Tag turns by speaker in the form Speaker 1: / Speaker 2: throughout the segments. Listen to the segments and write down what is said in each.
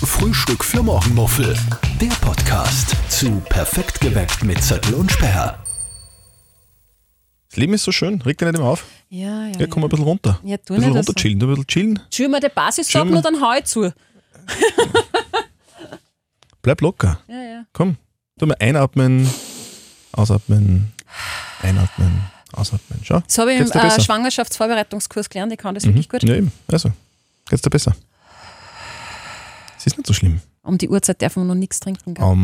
Speaker 1: Frühstück für Morgenmuffel. Der Podcast zu Perfekt geweckt mit Zettel und Sperr.
Speaker 2: Das Leben ist so schön, regt dich nicht immer auf.
Speaker 3: Ja,
Speaker 2: komm ein bisschen runter.
Speaker 3: Ja, tu
Speaker 2: ein bisschen
Speaker 3: nicht
Speaker 2: runter
Speaker 3: so.
Speaker 2: chillen, ein bisschen chillen.
Speaker 3: Chill mal die Basis ab, nur dann hau ich zu.
Speaker 2: Bleib locker.
Speaker 3: Ja.
Speaker 2: Komm, tu mal einatmen, ausatmen, einatmen, ausatmen. Schau,
Speaker 3: Das habe ich im
Speaker 2: geht's dir besser?
Speaker 3: Schwangerschaftsvorbereitungskurs gelernt, ich kann das wirklich gut.
Speaker 2: Ja eben, also, geht's dir besser. Es ist nicht so schlimm.
Speaker 3: Um die Uhrzeit darf man noch nichts trinken. Gell?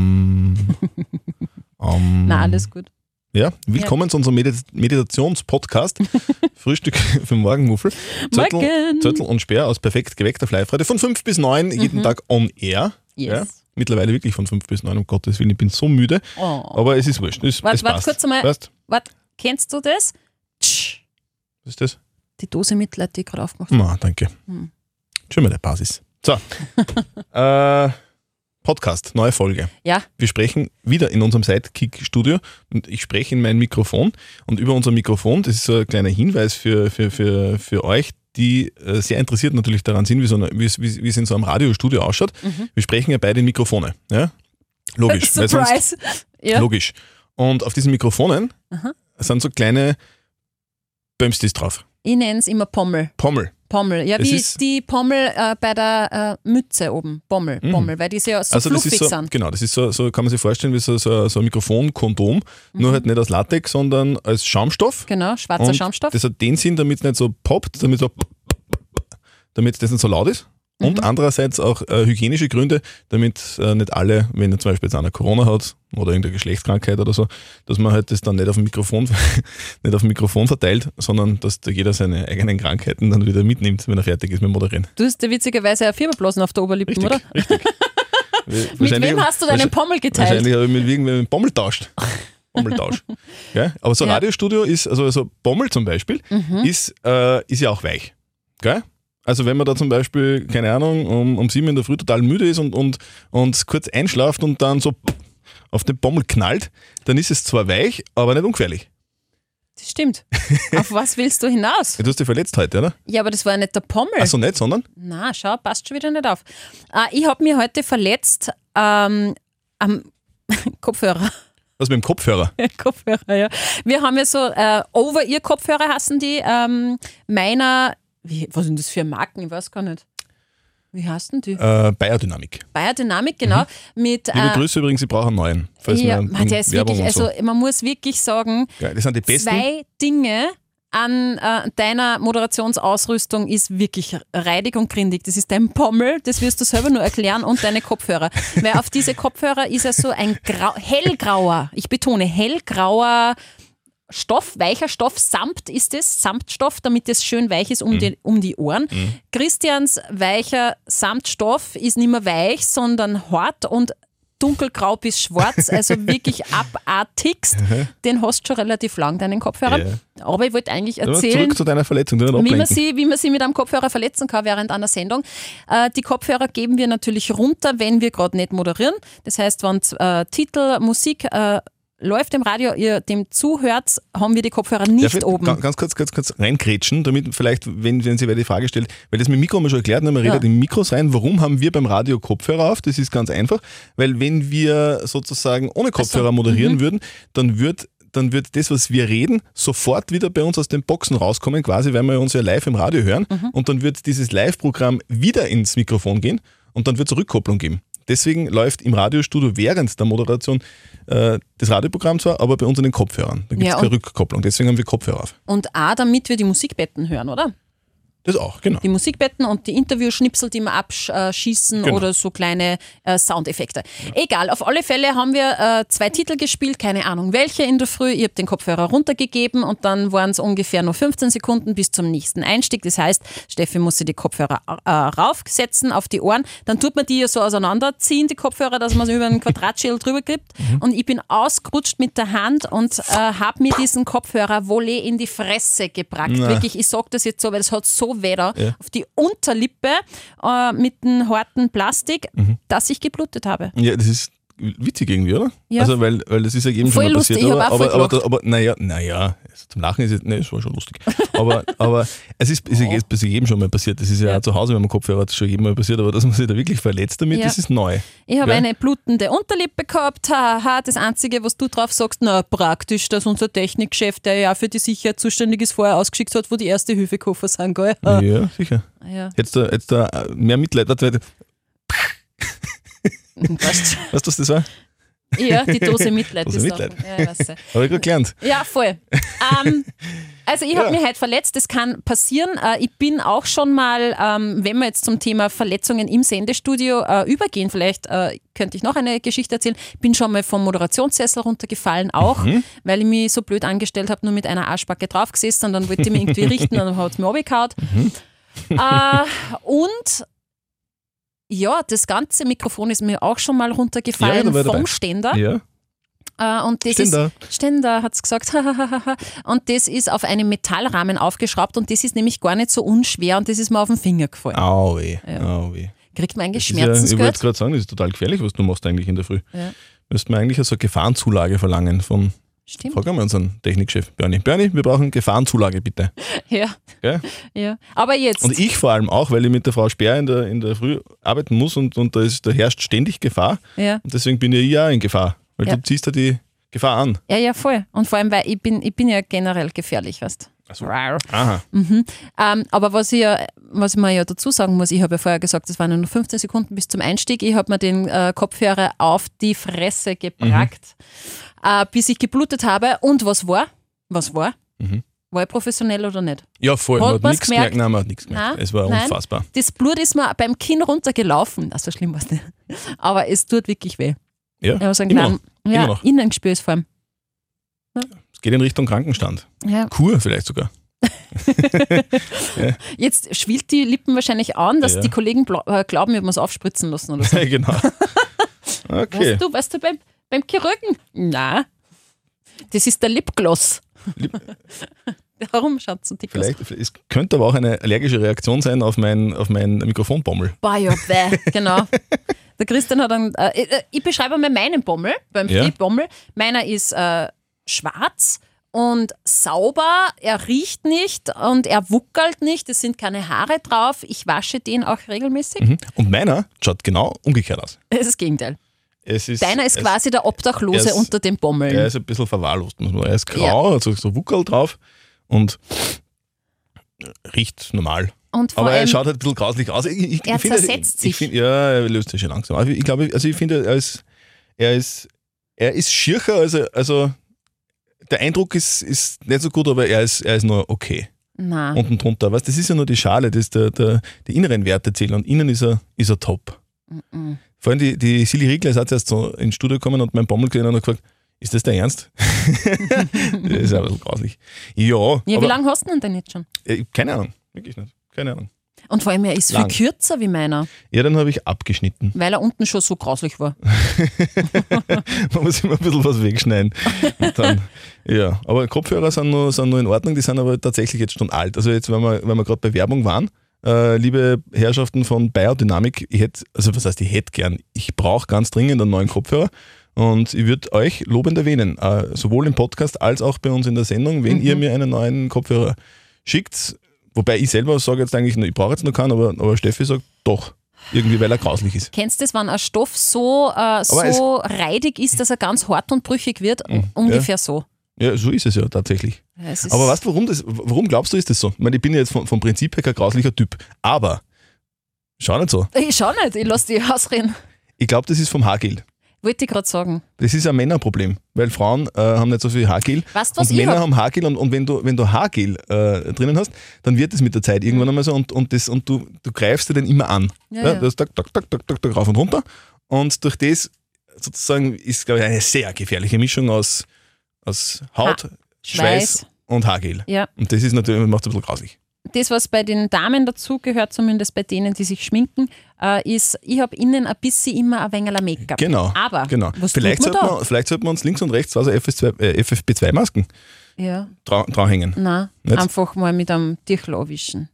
Speaker 3: Nein, alles gut.
Speaker 2: Ja, willkommen zu unserem Meditations-Podcast. Frühstück für Morgenmuffel.
Speaker 3: Morgen.
Speaker 2: Zettel und Sperr aus Perfekt geweckt auf Live-Radio von 5 bis 9, jeden Tag on air.
Speaker 3: Yes.
Speaker 2: Ja, mittlerweile wirklich von 5 bis 9, um Gottes Willen, ich bin so müde.
Speaker 3: Oh.
Speaker 2: Aber es ist wurscht, es
Speaker 3: Warte
Speaker 2: passt.
Speaker 3: kurz einmal.
Speaker 2: Weißt?
Speaker 3: Warte, kennst du das? Tsch,
Speaker 2: Was ist das?
Speaker 3: die Dose Mitleid, die ich gerade aufgemacht habe.
Speaker 2: Danke. Schon mal der Basis. So, Podcast, neue Folge.
Speaker 3: Ja,
Speaker 2: Wir sprechen wieder in unserem Sidekick-Studio und ich spreche in mein Mikrofon und über unser Mikrofon, das ist so ein kleiner Hinweis für euch, die sehr interessiert natürlich daran sind, wie es in so einem Radiostudio ausschaut. Wir sprechen ja beide in Mikrofone. Ja? Logisch. weil
Speaker 3: Surprise. Ja.
Speaker 2: Logisch. Und auf diesen Mikrofonen sind so kleine Bömstis drauf.
Speaker 3: Ich nenne es immer Pommel.
Speaker 2: Pommel.
Speaker 3: Ja,
Speaker 2: Das
Speaker 3: wie
Speaker 2: ist-
Speaker 3: die Pommel bei der Mütze oben. Pommel, weil die ja so
Speaker 2: Also das
Speaker 3: fluffig
Speaker 2: ist so,
Speaker 3: sind.
Speaker 2: genau, das ist so kann man sich vorstellen wie so ein Mikrofonkondom, nur halt nicht aus Latex, sondern als Schaumstoff.
Speaker 3: Genau, schwarzer
Speaker 2: Und
Speaker 3: Schaumstoff.
Speaker 2: das hat den Sinn, damit es nicht so poppt, damit das nicht so laut ist. Und andererseits auch hygienische Gründe, damit nicht alle, wenn zum Beispiel jetzt einer Corona hat oder irgendeine Geschlechtskrankheit oder so, dass man halt das dann nicht auf dem Mikrofon, nicht auf dem Mikrofon verteilt, sondern dass da jeder seine eigenen Krankheiten dann wieder mitnimmt, wenn er fertig ist mit Moderieren.
Speaker 3: Du hast ja witzigerweise eine Fieberblasen auf der Oberlippe,
Speaker 2: Richtig,
Speaker 3: oder?
Speaker 2: richtig.
Speaker 3: Mit wem hast du deinen Pommel geteilt?
Speaker 2: Wahrscheinlich habe ich mit irgendwem einen Pommel tauscht. Pommeltausch. Gell? Aber so ein
Speaker 3: Ja.
Speaker 2: Radiostudio ist, also so Pommel zum Beispiel, ist ja auch weich. Gell? Also wenn man da zum Beispiel, keine Ahnung, um 7 in der Früh total müde ist und kurz einschlaft und dann so auf den Pommel knallt, dann ist es zwar weich, aber nicht ungefährlich.
Speaker 3: Das stimmt. Auf was willst du hinaus?
Speaker 2: Ja, du hast dich verletzt heute, oder?
Speaker 3: Ja, aber das war nicht der Pommel.
Speaker 2: Achso, nicht, sondern?
Speaker 3: Na, schau, passt schon wieder nicht auf. Ich habe mich heute verletzt am Kopfhörer.
Speaker 2: Was mit dem Kopfhörer?
Speaker 3: Kopfhörer, ja. Wir haben ja so Over-Ear-Kopfhörer, heißen die. Was sind das für Marken? Ich weiß gar nicht. Wie heißen die?
Speaker 2: Biodynamik.
Speaker 3: Biodynamik, genau. Mit,
Speaker 2: Liebe Grüße übrigens, ich brauche einen neuen. Falls
Speaker 3: ja,
Speaker 2: wir
Speaker 3: der ist
Speaker 2: Werbung
Speaker 3: wirklich,
Speaker 2: und so.
Speaker 3: also man muss wirklich sagen,
Speaker 2: Geil, das sind die besten.
Speaker 3: 2 Dinge an deiner Moderationsausrüstung ist wirklich reidig und grindig. Das ist dein Pommel, das wirst du selber nur erklären, und deine Kopfhörer. Weil auf diese Kopfhörer ist ja so ein hellgrauer, ich betone, hellgrauer Stoff, weicher Stoff, Samt ist es, Samtstoff, damit es schön weich ist um die Ohren. Christians weicher Samtstoff ist nicht mehr weich, sondern hart und dunkelgrau bis schwarz, also wirklich abartigst. Den hast du schon relativ lang, deinen Kopfhörer.
Speaker 2: Ja.
Speaker 3: Aber ich wollte eigentlich
Speaker 2: Aber
Speaker 3: erzählen,
Speaker 2: zurück zu deiner Verletzung, du nicht
Speaker 3: wie
Speaker 2: ablenken.
Speaker 3: man sie mit einem Kopfhörer verletzen kann während einer Sendung. Die Kopfhörer geben wir natürlich runter, wenn wir gerade nicht moderieren. Das heißt, wenn Titel, Musik läuft im Radio, ihr dem zuhört, haben wir die Kopfhörer nicht
Speaker 2: Darf ich
Speaker 3: oben.
Speaker 2: Ganz kurz reinkrätschen, damit vielleicht, wenn sie wer die Frage stellt, weil das mit dem Mikro haben wir schon erklärt, man redet in Mikros rein. Warum haben wir beim Radio Kopfhörer auf? Das ist ganz einfach, weil wenn wir sozusagen ohne Kopfhörer moderieren würden, dann wird das, was wir reden, sofort wieder bei uns aus den Boxen rauskommen, quasi, weil wir uns ja live im Radio hören, und dann wird dieses Live-Programm wieder ins Mikrofon gehen und dann wird es Rückkopplung geben. Deswegen läuft im Radiostudio während der Moderation das Radioprogramm zwar, aber bei uns in den Kopfhörern. Da gibt es keine Rückkopplung, deswegen haben wir Kopfhörer auf.
Speaker 3: Und auch damit wir die Musikbetten hören, oder?
Speaker 2: Das auch, genau.
Speaker 3: Die Musikbetten und die Interviewschnipsel, die wir abschießen,
Speaker 2: Genau.
Speaker 3: oder so kleine Soundeffekte. Egal, auf alle Fälle haben wir 2 Titel gespielt, keine Ahnung welche in der Früh. Ich habe den Kopfhörer runtergegeben und dann waren es ungefähr nur 15 Sekunden bis zum nächsten Einstieg. Das heißt, Steffi muss sich die Kopfhörer raufsetzen auf die Ohren. Dann tut man die ja so auseinanderziehen, die Kopfhörer, dass man sie über einen Quadratschädel drüber gibt. Und ich bin ausgerutscht mit der Hand und habe mir diesen Kopfhörer Volley in die Fresse gebracht. Wirklich, ich sage das jetzt so, weil das hat so weh da auf die Unterlippe mit dem harten Plastik, dass ich geblutet habe.
Speaker 2: Ja, das ist witzig irgendwie, oder?
Speaker 3: Ja.
Speaker 2: Also, weil das ist ja eben
Speaker 3: Voll
Speaker 2: schon mal
Speaker 3: lustig,
Speaker 2: passiert.
Speaker 3: ich hab auch voll
Speaker 2: Aber naja, zum Lachen ist es, es war schon lustig. aber es ist jedem schon mal passiert. Das ist ja auch zu Hause, wenn man Kopfhörer hat, schon jedem mal passiert, aber dass man sich da wirklich verletzt damit, das ist neu.
Speaker 3: Ich habe eine blutende Unterlippe gehabt, das Einzige, was du drauf sagst, na praktisch, dass unser Technikchef, der ja für die Sicherheit zuständig ist, vorher ausgeschickt hat, wo die Erste-Hilfe-Koffer sind, gell?
Speaker 2: Ja, sicher.
Speaker 3: Ja.
Speaker 2: Hättest du mehr Mitleid, weißt du, was das war?
Speaker 3: Ja, die Dose Mitleid.
Speaker 2: Dose Mitleid.
Speaker 3: Ja, weißt du.
Speaker 2: Habe ich gerade gelernt.
Speaker 3: Ja, voll. Also ich habe mich heute verletzt, das kann passieren. Ich bin auch schon mal, wenn wir jetzt zum Thema Verletzungen im Sendestudio übergehen, vielleicht könnte ich noch eine Geschichte erzählen, bin schon mal vom Moderationssessel runtergefallen, auch, weil ich mich so blöd angestellt habe, nur mit einer Arschbacke drauf gesessen und dann wollte ich mich irgendwie richten und dann hat es mir runtergehauen. Und ja, das ganze Mikrofon ist mir auch schon mal runtergefallen vom Ständer.
Speaker 2: Ja.
Speaker 3: Und das Ständer hat es gesagt. Und das ist auf einem Metallrahmen aufgeschraubt und das ist nämlich gar nicht so unschwer und das ist mir auf den Finger gefallen.
Speaker 2: Au weh.
Speaker 3: Kriegt man eigentlich
Speaker 2: Ich
Speaker 3: Schmerzensgeld?
Speaker 2: wollte gerade sagen, das ist total gefährlich, was du machst eigentlich in der Früh.
Speaker 3: Ja.
Speaker 2: Müssten wir eigentlich so eine Gefahrenzulage verlangen von...
Speaker 3: Stimmt.
Speaker 2: Fragen wir unseren Technikchef Bernie. Bernie, wir brauchen Gefahrenzulage, bitte.
Speaker 3: Ja.
Speaker 2: Gell?
Speaker 3: Ja. Aber jetzt.
Speaker 2: Und ich vor allem auch, weil ich mit der Frau Speer in der Früh arbeiten muss und da herrscht ständig Gefahr.
Speaker 3: Ja.
Speaker 2: Und deswegen bin ich ja in Gefahr, weil du ziehst ja die Gefahr an.
Speaker 3: Ja, voll. Und vor allem, weil ich bin ja generell gefährlich, weißt du.
Speaker 2: Also, aha.
Speaker 3: Aber was ich mir ja dazu sagen muss, ich habe ja vorher gesagt, es waren nur 15 Sekunden bis zum Einstieg. Ich habe mir den Kopfhörer auf die Fresse gebrackt, bis ich geblutet habe. Und was war? War ich professionell oder nicht?
Speaker 2: Ja, voll. Man hat nichts gemerkt. Nein, man hat nichts gemerkt.
Speaker 3: Nein,
Speaker 2: es war unfassbar.
Speaker 3: Das Blut ist mir beim Kinn runtergelaufen. So schlimm war es nicht. Aber es tut wirklich weh.
Speaker 2: Ja,
Speaker 3: ich muss
Speaker 2: immer noch.
Speaker 3: Innengespür ist vor allem.
Speaker 2: Es geht in Richtung Krankenstand.
Speaker 3: Ja.
Speaker 2: Kur vielleicht sogar.
Speaker 3: Jetzt schwillt die Lippen wahrscheinlich an, dass die Kollegen glauben, wir haben es aufspritzen lassen oder so.
Speaker 2: Ja, genau. Okay.
Speaker 3: Weißt du beim Chirurgen? Nein. Das ist der Lipgloss. Warum schaut es so dick aus?
Speaker 2: Es könnte aber auch eine allergische Reaktion sein auf mein Mikrofonbommel.
Speaker 3: Boah, ja, genau. Der Christian hat dann, ich beschreibe mal meinen Bommel, beim Philipp-Bommel. Meiner ist schwarz und sauber, er riecht nicht und er wuckelt nicht, es sind keine Haare drauf. Ich wasche den auch regelmäßig.
Speaker 2: Und meiner schaut genau umgekehrt aus.
Speaker 3: Das ist das Gegenteil. Deiner ist quasi der Obdachlose unter den Bommeln.
Speaker 2: Er ist ein bisschen verwahrlost. Er ist grau, also so Wuckel drauf und riecht normal. Aber er schaut halt ein bisschen grauslich aus.
Speaker 3: Er zersetzt sich.
Speaker 2: Er löst sich schon langsam. Aber ich finde, er ist schircher, also der Eindruck ist nicht so gut, aber er ist nur okay.
Speaker 3: Nein.
Speaker 2: Unten drunter. Weißt, das ist ja nur die Schale, die inneren Werte zählen und innen ist er top. Vor allem die Silly Riegler ist auch erst so ins Studio gekommen und mein Bommel gesehen und hat gefragt, ist das der Ernst? Das ist aber so grauslich. Ja,
Speaker 3: wie lange hast du denn jetzt schon?
Speaker 2: Keine Ahnung, wirklich nicht. Keine Ahnung.
Speaker 3: Und vor allem, er ist viel kürzer wie meiner.
Speaker 2: Ja, dann habe ich abgeschnitten.
Speaker 3: Weil er unten schon so grauslich war.
Speaker 2: Man muss immer ein bisschen was wegschneiden. Und dann, ja. Aber Kopfhörer sind nur in Ordnung, die sind aber tatsächlich jetzt schon alt. Also jetzt, wenn wir gerade bei Werbung waren, liebe Herrschaften von Biodynamic, ich hätte gern, ich brauche ganz dringend einen neuen Kopfhörer und ich würde euch lobend erwähnen, sowohl im Podcast als auch bei uns in der Sendung, wenn ihr mir einen neuen Kopfhörer schickt. Wobei ich selber sage jetzt eigentlich, ich brauche jetzt noch keinen, aber Steffi sagt doch, irgendwie, weil er grauslich ist.
Speaker 3: Kennst du das, wenn ein Stoff so reidig ist, dass er ganz hart und brüchig wird? Ungefähr so.
Speaker 2: Ja, so ist es ja tatsächlich. Aber weißt du, warum glaubst du, ist das so? Ich meine, ich bin ja jetzt vom Prinzip her kein grauslicher Typ, aber schau nicht so.
Speaker 3: Ich schau nicht, ich lass dich ausreden.
Speaker 2: Ich glaube, das ist vom Haargel.
Speaker 3: Wollte ich gerade sagen.
Speaker 2: Das ist ein Männerproblem, weil Frauen haben nicht so viel Haargel.
Speaker 3: Weißt du, was
Speaker 2: und Männer haben Haargel und wenn du Haargel drinnen hast, dann wird es mit der Zeit irgendwann einmal so und du greifst dir den immer an. Ja. Das tak, rauf und runter. Und durch das sozusagen ist, glaube ich, eine sehr gefährliche Mischung aus Haut, Schweiß und Haargel.
Speaker 3: Ja.
Speaker 2: Und das ist natürlich, macht es ein bisschen grausig.
Speaker 3: Das, was bei den Damen dazu gehört, zumindest bei denen, die sich schminken, ist, ich habe innen ein bisschen immer ein wenig Make-up.
Speaker 2: Genau.
Speaker 3: Aber
Speaker 2: was vielleicht sollten wir uns links und rechts also FFP2-Masken dranhängen.
Speaker 3: Nein, einfach mal mit einem Tüchel anwischen.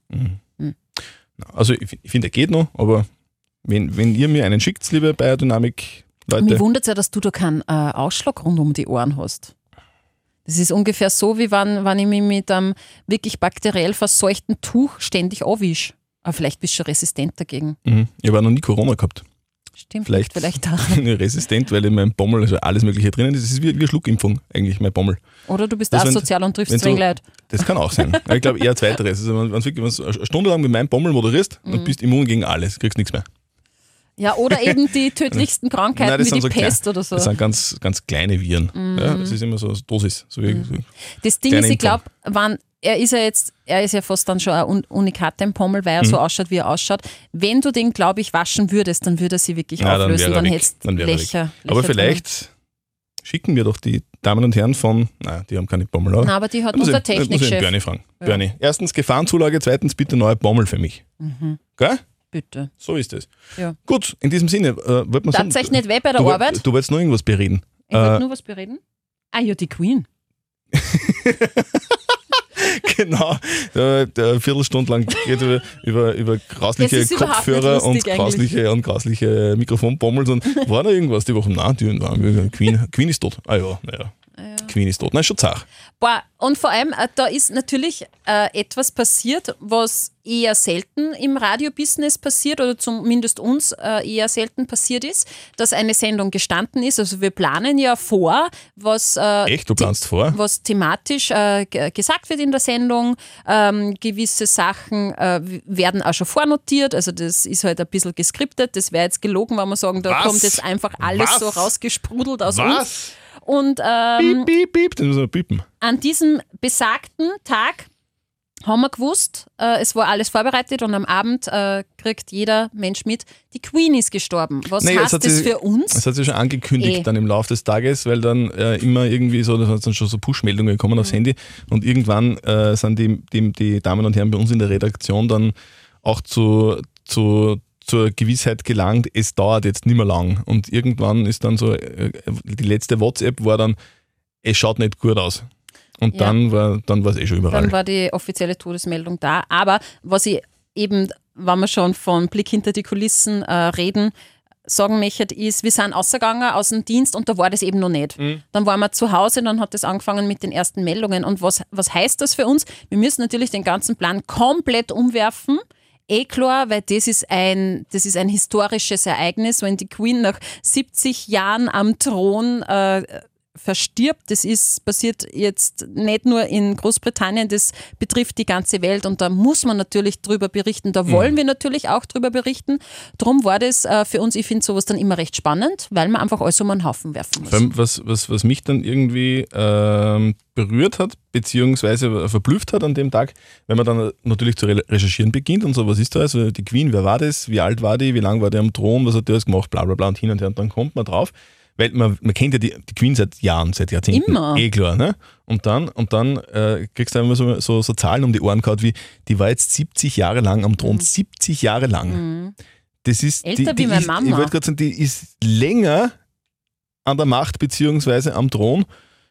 Speaker 2: Also ich finde, er geht noch, aber wenn ihr mir einen schickt, liebe Biodynamic, Leute.
Speaker 3: Mich wundert es ja, dass du da keinen Ausschlag rund um die Ohren hast. Das ist ungefähr so, wie wenn ich mich mit einem wirklich bakteriell verseuchten Tuch ständig aufwische. Aber vielleicht bist du schon resistent dagegen.
Speaker 2: Ich habe noch nie Corona gehabt.
Speaker 3: Stimmt,
Speaker 2: Vielleicht resistent, weil in meinem Bommel also alles Mögliche drinnen ist. Das ist wie eine Schluckimpfung eigentlich, mein Bommel.
Speaker 3: Oder du bist asozial und triffst zu wenig Leute.
Speaker 2: Das kann auch sein. Aber ich glaube eher zweiteres. Also wenn du eine Stunde lang mit meinem Bommel moderierst, dann bist du immun gegen alles, kriegst nichts mehr.
Speaker 3: Ja, oder eben die tödlichsten Krankheiten. Nein, wie die Pest oder so.
Speaker 2: Das sind ganz, ganz kleine Viren. Ja, das ist immer so eine Dosis. So wie
Speaker 3: das Ding ist, ich glaube, er ist ja fast dann schon ein Unikat im Pommel, weil er so ausschaut, wie er ausschaut. Wenn du den, glaube ich, waschen würdest, dann würde er sie wirklich auflösen. Dann hättest du Löcher.
Speaker 2: Aber vielleicht schicken wir doch die Damen und Herren von, nein, die haben keine Pommel, oder?
Speaker 3: Nein, aber die hat unser Technikchef.
Speaker 2: Muss ich Bernie fragen. Ja. Bernie, erstens Gefahrenzulage, zweitens bitte neue Pommel für mich. Gell?
Speaker 3: Bitte.
Speaker 2: So ist es.
Speaker 3: Ja.
Speaker 2: Gut, in diesem Sinne, wollte man sagen.
Speaker 3: Tatsächlich nicht weh bei der Arbeit.
Speaker 2: Du wolltest noch irgendwas bereden.
Speaker 3: Ich wollte nur was bereden. Ah ja, die Queen.
Speaker 2: Genau, eine Viertelstunde lang geht über grausliche Kopfhörer und grausliche Mikrofonpommels und war da irgendwas die Woche? Nein, Queen ist tot. Ah ja, naja. Queen ist tot. Nein, schon zart.
Speaker 3: Boah, und vor allem, da ist natürlich etwas passiert, was eher selten im Radiobusiness passiert oder zumindest uns eher selten passiert ist, dass eine Sendung gestanden ist. Also wir planen ja vor, was
Speaker 2: Echt? Du planst vor?
Speaker 3: Was thematisch gesagt wird in der Sendung. Gewisse Sachen werden auch schon vornotiert. Also das ist halt ein bisschen geskriptet. Das wäre jetzt gelogen, wenn wir sagen, da kommt jetzt einfach alles so rausgesprudelt aus uns. Und
Speaker 2: piep, piep, das muss man piepen.
Speaker 3: An diesem besagten Tag haben wir gewusst, es war alles vorbereitet und am Abend kriegt jeder Mensch mit, die Queen ist gestorben. Was heißt das für uns?
Speaker 2: Das hat sich schon angekündigt dann im Laufe des Tages, weil dann immer irgendwie so, da sind schon so Push-Meldungen gekommen aufs Handy und irgendwann sind die Damen und Herren bei uns in der Redaktion dann auch zur Gewissheit gelangt, es dauert jetzt nicht mehr lang. Und irgendwann ist dann so, die letzte WhatsApp war dann, es schaut nicht gut aus. Und dann war es schon überall.
Speaker 3: Dann war die offizielle Todesmeldung da. Aber was ich eben, wenn wir schon von Blick hinter die Kulissen reden, sagen möchte, ist, wir sind rausgegangen aus dem Dienst und da war das eben noch nicht. Dann waren wir zu Hause, dann hat das angefangen mit den ersten Meldungen. Und was heißt das für uns? Wir müssen natürlich den ganzen Plan komplett umwerfen. Klar, weil das ist ein historisches Ereignis, wenn die Queen nach 70 Jahren am Thron verstirbt. Das passiert jetzt nicht nur in Großbritannien, das betrifft die ganze Welt und da muss man natürlich drüber berichten. Da wollen wir natürlich auch drüber berichten. Darum war das für uns, ich finde sowas dann immer recht spannend, weil man einfach alles um einen Haufen werfen muss.
Speaker 2: Vor allem, was mich dann irgendwie berührt hat, beziehungsweise verblüfft hat an dem Tag, wenn man dann natürlich zu recherchieren beginnt und so, was ist da, also die Queen, wer war das, wie alt war die, wie lange war die am Thron, was hat die alles gemacht, bla bla bla und hin und her und dann kommt man drauf, weil man kennt ja die Queen seit Jahren, seit Jahrzehnten.
Speaker 3: Immer.
Speaker 2: Klar, ne? Und dann kriegst du immer so Zahlen um die Ohren gehauen, wie die war jetzt 70 Jahre lang am Thron, 70 Jahre lang. Das ist,
Speaker 3: älter wie meine Mama.
Speaker 2: Ich wollte gerade sagen, die ist länger an der Macht beziehungsweise am Thron,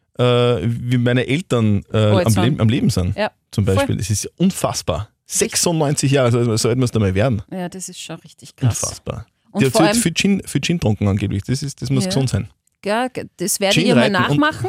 Speaker 2: wie meine Eltern am Leben sind, zum Beispiel. Voll. Das ist unfassbar. 96 Jahre, also sollten wir es da mal werden.
Speaker 3: Ja, das ist schon richtig krass.
Speaker 2: Unfassbar. Die hat jetzt für Gin getrunken angeblich, das muss gesund sein.
Speaker 3: Ja, das werde ich ihr mal nachmachen.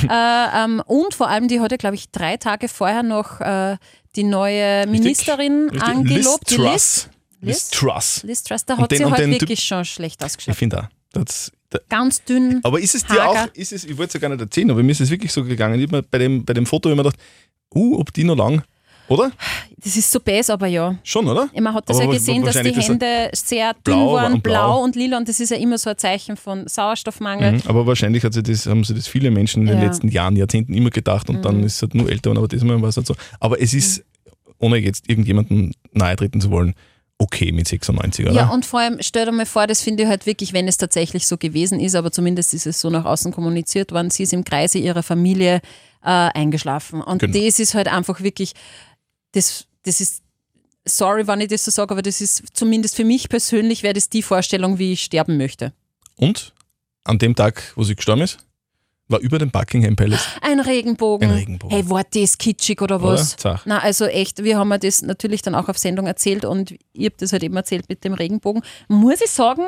Speaker 3: Und vor allem, die hat ja, glaube ich, 3 Tage vorher noch die neue Ministerin angelobt.
Speaker 2: Liz Truss.
Speaker 3: Liz Truss, da hat sie halt wirklich schon schlecht ausgeschaut.
Speaker 2: Ich finde auch.
Speaker 3: Ganz dünn.
Speaker 2: Aber ist es dir auch, ich wollte es ja gar nicht erzählen, aber mir ist es wirklich so gegangen. Ich habe mir bei dem Foto immer gedacht, ob die noch lang, oder?
Speaker 3: Das ist so bäs, aber ja.
Speaker 2: Schon, oder?
Speaker 3: Man hat das ja gesehen, dass die Hände sehr dünn waren, blau und lila und das ist ja immer so ein Zeichen von Sauerstoffmangel.
Speaker 2: Aber wahrscheinlich haben sich das viele Menschen in den letzten Jahren, Jahrzehnten immer gedacht und dann ist es halt nur älter, aber diesmal war es halt so. Aber es ist, ohne jetzt irgendjemandem nahe treten zu wollen, okay mit 96, oder?
Speaker 3: Ja, und vor allem, stell dir mal vor, das finde ich halt wirklich, wenn es tatsächlich so gewesen ist, aber zumindest ist es so nach außen kommuniziert worden, sie ist im Kreise ihrer Familie eingeschlafen. Und das ist halt einfach wirklich, das ist, sorry, wenn ich das so sage, aber das ist zumindest für mich persönlich, wäre das die Vorstellung, wie ich sterben möchte.
Speaker 2: Und an dem Tag, wo sie gestorben ist, war über dem Buckingham Palace
Speaker 3: ein Regenbogen. Hey, war das kitschig oder was? Na, also echt, wir haben mir das natürlich dann auch auf Sendung erzählt und ich habe das halt eben erzählt mit dem Regenbogen. Muss ich sagen,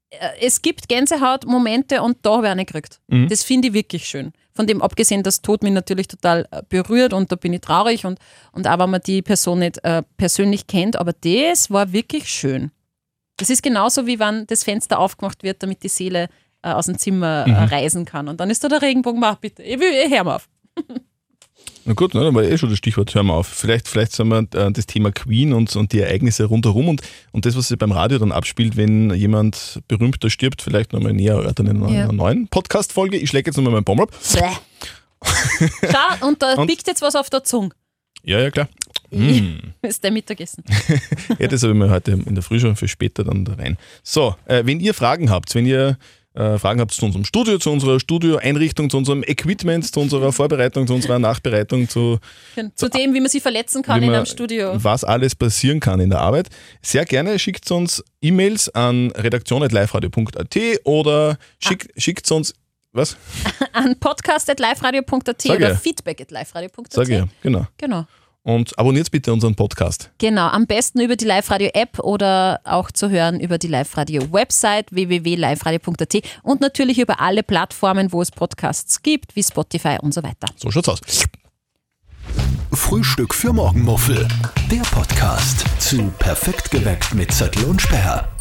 Speaker 3: es gibt Gänsehautmomente und da habe ich eine gekriegt. Das finde ich wirklich schön. Von dem abgesehen, das Tod mich natürlich total berührt und da bin ich traurig und auch wenn man die Person nicht persönlich kennt, aber das war wirklich schön. Das ist genauso wie wenn das Fenster aufgemacht wird, damit die Seele aus dem Zimmer reisen kann. Und dann ist da der Regenbogen, mach bitte, hör mal auf.
Speaker 2: Na gut, ne, dann war schon das Stichwort, hör mal auf. Vielleicht sind wir das Thema Queen und die Ereignisse rundherum und das, was sich beim Radio dann abspielt, wenn jemand Berühmter stirbt, vielleicht nochmal näher erörtern in einer neuen Podcast-Folge. Ich schläge jetzt nochmal meinen Baum ab.
Speaker 3: Schau, und da biegt jetzt was auf der Zunge.
Speaker 2: Ja, klar.
Speaker 3: Das ist dein Mittagessen.
Speaker 2: Ja, das habe ich mir heute in der Früh schon für später dann da rein. So, wenn ihr Fragen habt, Fragen habt zu unserem Studio, zu unserer Studioeinrichtung, zu unserem Equipment, zu unserer Vorbereitung, zu unserer Nachbereitung, zu
Speaker 3: dem, wie man sich verletzen kann in einem Studio.
Speaker 2: Was alles passieren kann in der Arbeit. Sehr gerne schickt uns E-Mails an redaktion@liveradio.at oder schickt uns was?
Speaker 3: An podcast@liveradio.at oder feedback@liveradio.at.
Speaker 2: Sag ja, genau. Und abonniert bitte unseren Podcast.
Speaker 3: Genau, am besten über die Live-Radio-App oder auch zu hören über die Live-Radio-Website www.liveradio.at und natürlich über alle Plattformen, wo es Podcasts gibt, wie Spotify und so weiter.
Speaker 2: So schaut's aus.
Speaker 1: Frühstück für Morgenmuffel. Der Podcast zu Perfekt geweckt mit Zettel und Sperr.